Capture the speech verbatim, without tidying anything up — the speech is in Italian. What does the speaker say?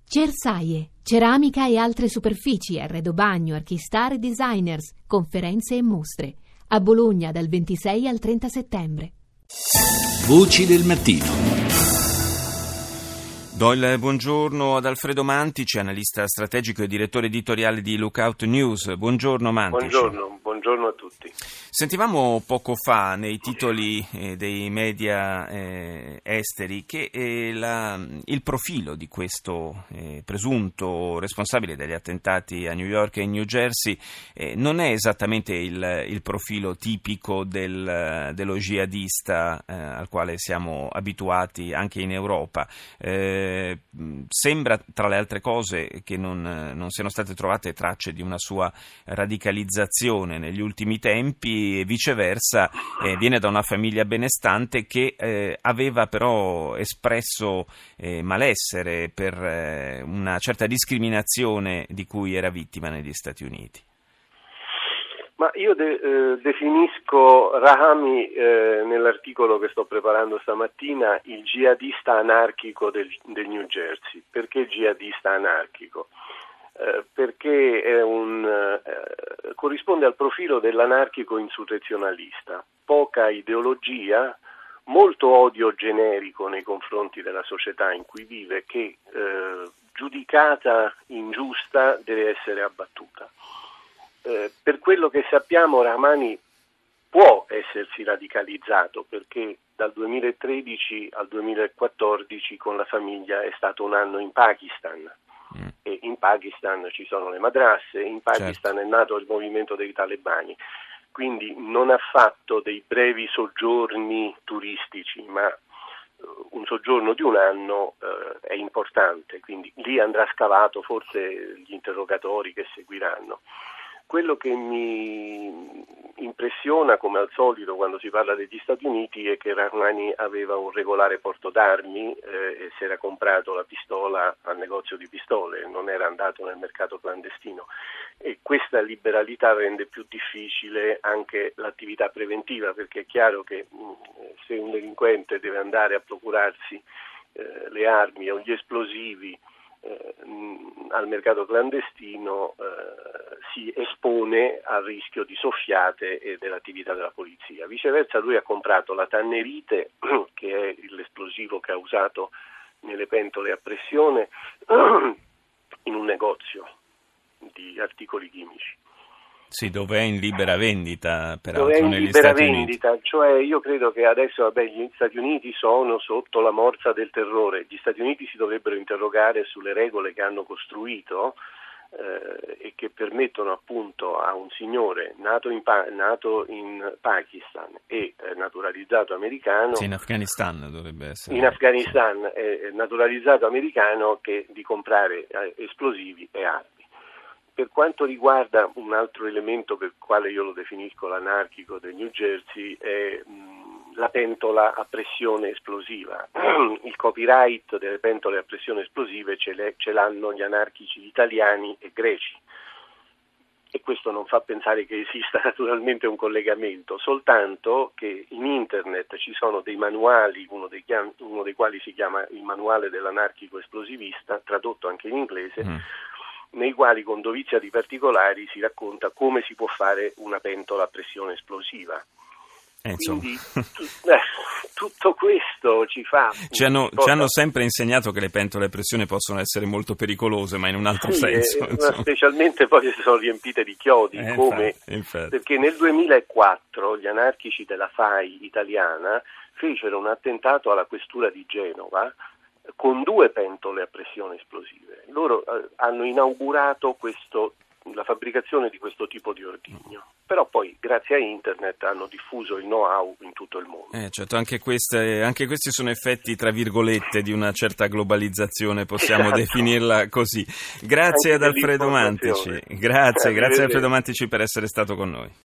Cersaie, ceramica e altre superfici, arredo bagno, archistar e designers, conferenze e mostre. A Bologna dal ventisei al trenta settembre. Voci del mattino. Do il buongiorno ad Alfredo Mantici, analista strategico e direttore editoriale di Lookout News. Buongiorno Mantici. Buongiorno, buongiorno a tutti. Sentivamo poco fa nei titoli eh, dei media eh, esteri che eh, la, il profilo di questo eh, presunto responsabile degli attentati a New York e New Jersey eh, non è esattamente il, il profilo tipico del, dello jihadista eh, al quale siamo abituati anche in Europa. Eh, Sembra, tra le altre cose, che non, non siano state trovate tracce di una sua radicalizzazione negli ultimi tempi e viceversa eh, viene da una famiglia benestante che eh, aveva però espresso eh, malessere per eh, una certa discriminazione di cui era vittima negli Stati Uniti. Ma io de, eh, definisco Rahami eh, nell'articolo che sto preparando stamattina il jihadista anarchico del, del New Jersey. Perché jihadista anarchico? Eh, perché è un, eh, corrisponde al profilo dell'anarchico insurrezionalista, poca ideologia, molto odio generico nei confronti della società in cui vive, che eh, giudicata ingiusta deve essere abbattuta. Eh, per quello che sappiamo, Rahami può essersi radicalizzato perché dal duemilatredici al duemilaquattordici con la famiglia è stato un anno in Pakistan mm. e in Pakistan ci sono le madrasse, in Pakistan certo. È nato il movimento dei talebani, quindi non ha fatto dei brevi soggiorni turistici, ma uh, un soggiorno di un anno uh, è importante, quindi lì andrà scavato forse gli interrogatori che seguiranno. Quello che mi impressiona, come al solito quando si parla degli Stati Uniti, è che Rahami aveva un regolare porto d'armi eh, e si era comprato la pistola al negozio di pistole, non era andato nel mercato clandestino, e questa liberalità rende più difficile anche l'attività preventiva, perché è chiaro che mh, se un delinquente deve andare a procurarsi eh, le armi o gli esplosivi Eh, al mercato clandestino eh, si espone al rischio di soffiate e dell'attività della polizia. Viceversa, lui ha comprato la tannerite, che è l'esplosivo che ha usato nelle pentole a pressione, in un negozio di articoli chimici. Sì, dove è in libera vendita, peraltro, dove è in negli libera Stati vendita, Uniti. Cioè io credo che adesso vabbè, gli Stati Uniti sono sotto la morsa del terrore, gli Stati Uniti si dovrebbero interrogare sulle regole che hanno costruito eh, e che permettono appunto a un signore nato in, pa- nato in Pakistan e eh, naturalizzato americano, sì, in Afghanistan dovrebbe essere. In Afghanistan è naturalizzato americano, che di comprare eh, esplosivi e armi. Per quanto riguarda un altro elemento per il quale io lo definisco l'anarchico del New Jersey è mh, la pentola a pressione esplosiva. Il copyright delle pentole a pressione esplosive ce, le, ce l'hanno gli anarchici italiani e greci, e questo non fa pensare che esista naturalmente un collegamento, soltanto che in internet ci sono dei manuali, uno dei, chiam- uno dei quali si chiama il manuale dell'anarchico esplosivista, tradotto anche in inglese, mm. nei quali con dovizia di particolari si racconta come si può fare una pentola a pressione esplosiva. Eh, Quindi tu, eh, tutto questo ci fa... Ci hanno, ci hanno sempre insegnato che le pentole a pressione possono essere molto pericolose, ma in un altro sì, senso. Eh, specialmente poi si sono riempite di chiodi, eh, come infatti, infatti. Perché nel duemilaquattro gli anarchici della F A I italiana fecero un attentato alla questura di Genova con due pentole a pressione esplosive. Loro eh, hanno inaugurato questo, la fabbricazione di questo tipo di ordigno, però poi grazie a internet hanno diffuso il know-how in tutto il mondo. Eh, certo, anche, queste, anche questi sono effetti, tra virgolette, di una certa globalizzazione, possiamo esatto. definirla così. Grazie anche ad Alfredo Mantici, grazie, grazie Alfredo Mantici per essere stato con noi.